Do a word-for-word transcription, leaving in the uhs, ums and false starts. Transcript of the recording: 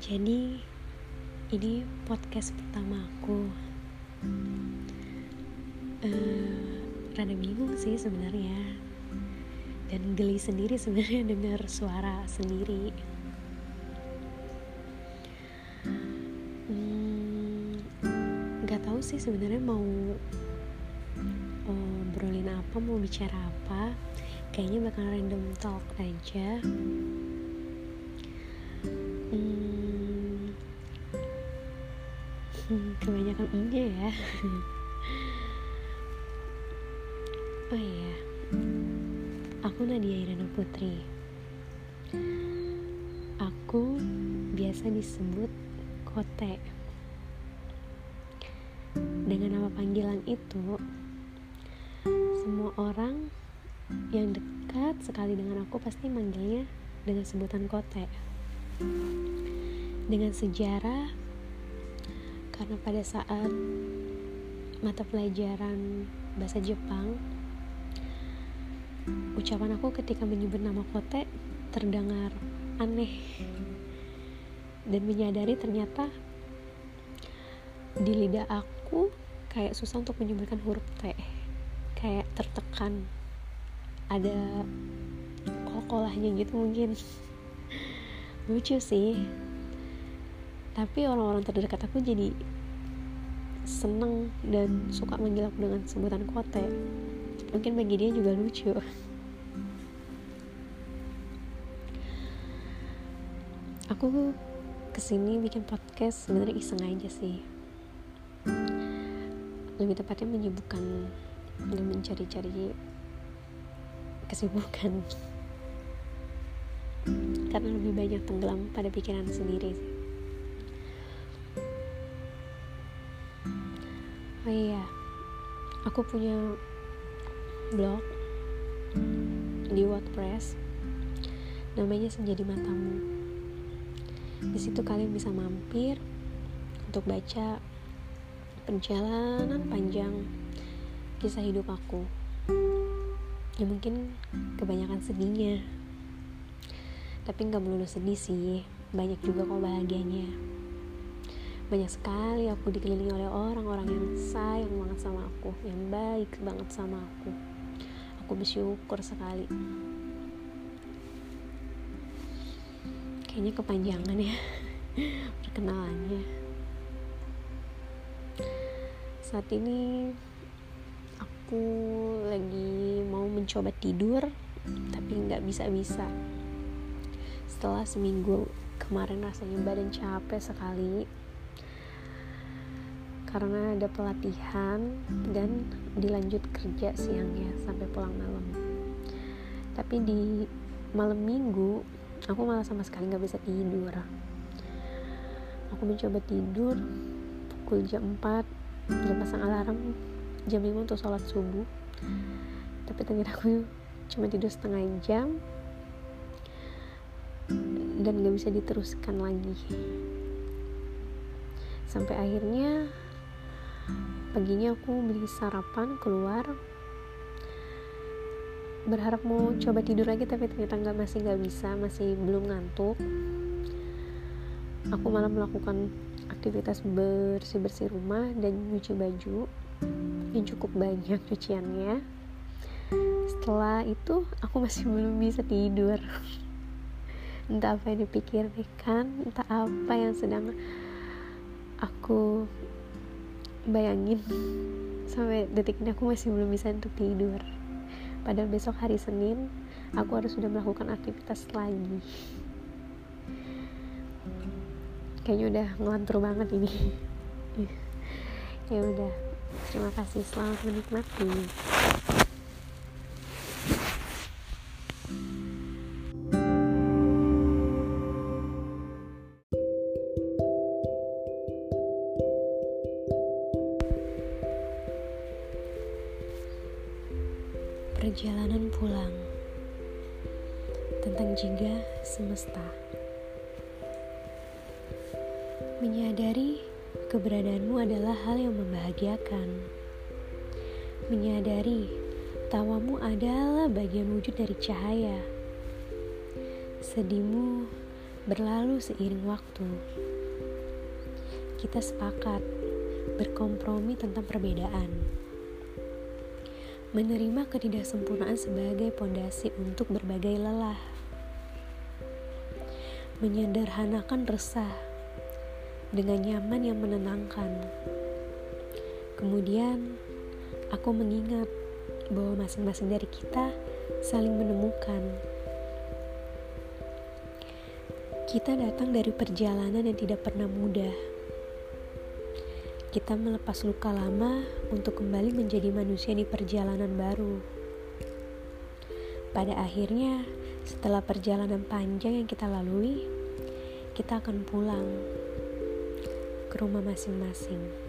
Jadi ini podcast pertama aku. uh, Rada bingung sih sebenarnya, dan geli sendiri sebenarnya dengar suara sendiri. Hmm, gak tahu sih sebenarnya mau uh, obrolin apa, mau bicara apa. Kayaknya bakal random talk aja. Hmm, kebanyakan iya ya. Oh iya, aku Nadia Irana Putri. Aku biasa disebut Kote. Dengan nama panggilan itu, semua orang yang dekat sekali dengan aku pasti manggilnya dengan sebutan Kote. Dengan sejarah, karena pada saat mata pelajaran bahasa Jepang, ucapan aku ketika menyebut nama Kote terdengar aneh, dan menyadari ternyata di lidah aku kayak susah untuk menyebutkan huruf T, kayak tertekan, ada kol-kolahnya gitu mungkin. Lucu sih, tapi orang-orang terdekat aku jadi seneng dan suka manggil aku dengan sebutan Kote. Mungkin bagi dia juga lucu. Aku kesini bikin podcast sebenarnya iseng aja sih. Lebih tepatnya menyibukkan dan mencari-cari kesibukan, karena lebih banyak tenggelam pada pikiran sendiri sih. Oh iya, aku punya blog di WordPress, namanya Senja di Matamu. Di situ kalian bisa mampir untuk baca perjalanan panjang kisah hidup aku. Ya mungkin kebanyakan sedihnya, tapi nggak melulu sedih sih, banyak juga kok bahagianya. Banyak sekali aku dikelilingi oleh orang-orang yang sayang banget sama aku, yang baik banget sama aku. Aku bersyukur sekali. Kayaknya kepanjangan ya perkenalannya. Saat ini aku lagi mau mencoba tidur, tapi nggak bisa-bisa. Setelah seminggu kemarin rasanya badan capek sekali, karena ada pelatihan dan dilanjut kerja siangnya sampai pulang malam. Tapi di malam minggu aku malah sama sekali gak bisa tidur. Aku mencoba tidur pukul jam empat dan pasang alarm jam lima untuk sholat subuh, tapi ternyata aku cuma tidur setengah jam dan gak bisa diteruskan lagi. Sampai akhirnya paginya aku beli sarapan keluar, berharap mau coba tidur lagi, tapi ternyata nggak masih nggak bisa, masih belum ngantuk. Aku malah melakukan aktivitas bersih-bersih rumah dan nyuci baju yang cukup banyak cuciannya. Setelah itu aku masih belum bisa tidur. Entah apa yang dipikirkan, entah apa yang sedang aku bayangin, sampai detik ini aku masih belum bisa untuk tidur. Padahal besok hari Senin aku harus sudah melakukan aktivitas lagi. Kayaknya udah ngelantur banget ini. Ya udah, terima kasih, selamat menikmati. Perjalanan pulang, tentang jingga semesta. Menyadari keberadaanmu adalah hal yang membahagiakan. Menyadari tawamu adalah bagian wujud dari cahaya. Sedihmu berlalu seiring waktu. Kita sepakat berkompromi tentang perbedaan, menerima ketidaksempurnaan sebagai pondasi untuk berbagai lelah, menyederhanakan resah dengan nyaman yang menenangkan. Kemudian aku mengingat bahwa masing-masing dari kita saling menemukan. Kita datang dari perjalanan yang tidak pernah mudah. Kita melepas luka lama untuk kembali menjadi manusia di perjalanan baru. Pada akhirnya, setelah perjalanan panjang yang kita lalui, kita akan pulang ke rumah masing-masing.